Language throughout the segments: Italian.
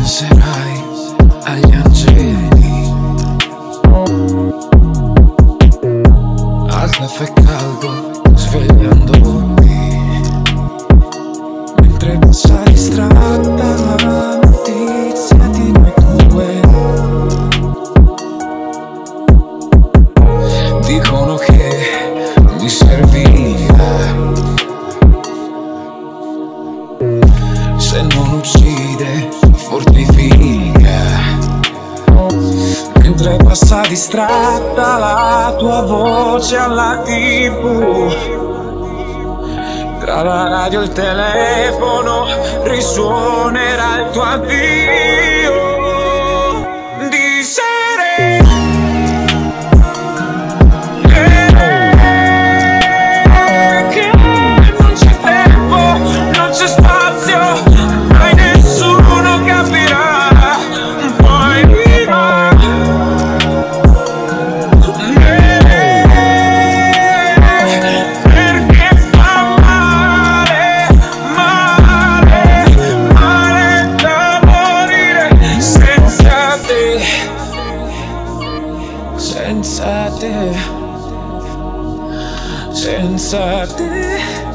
Penserai agli angeli, al caffè caldo svegliandomi, mentre passa distratta la notizia di noi due. Dicono che mi serviva, se non uccide fortifica, mentre passa distratta la tua voce alla TV. Tra la radio e il telefono risuonerà il tuo addio di sere. Che non c'è tempo, non c'è spazio, mai nessuno capirà. Poi viva perché fa male, male, male da morire senza te, senza te, senza te.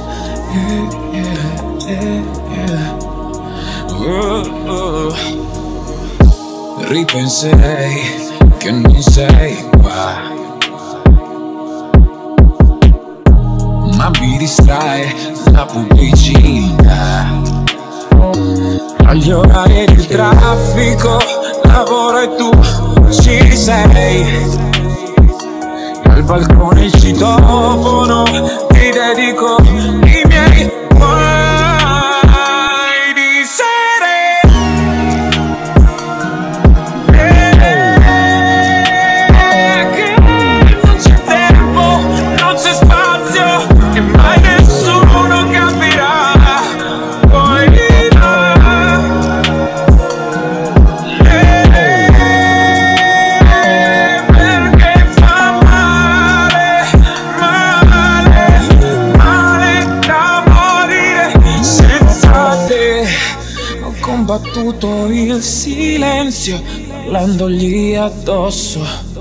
Ripenserei che non sei qua, ma mi distrae la pubblicità. Agli orari del traffico lavoro e tu ci sei. Al balcone il citofono ti dedico i miei guai di sere. Che non c'è tempo, non c'è spazio, che mai nessuno capirà. Poi viva perché fa male, male, male da morire senza te. Ho combattuto il silenzio parlandogli addosso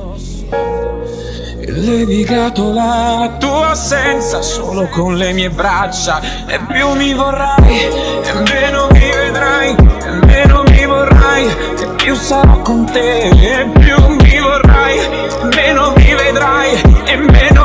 e levigato la tua assenza solo con le mie braccia. E più mi vorrai e meno mi vedrai, e meno mi vorrai e più sarò con te. E più mi vorrai e meno mi vedrai, e meno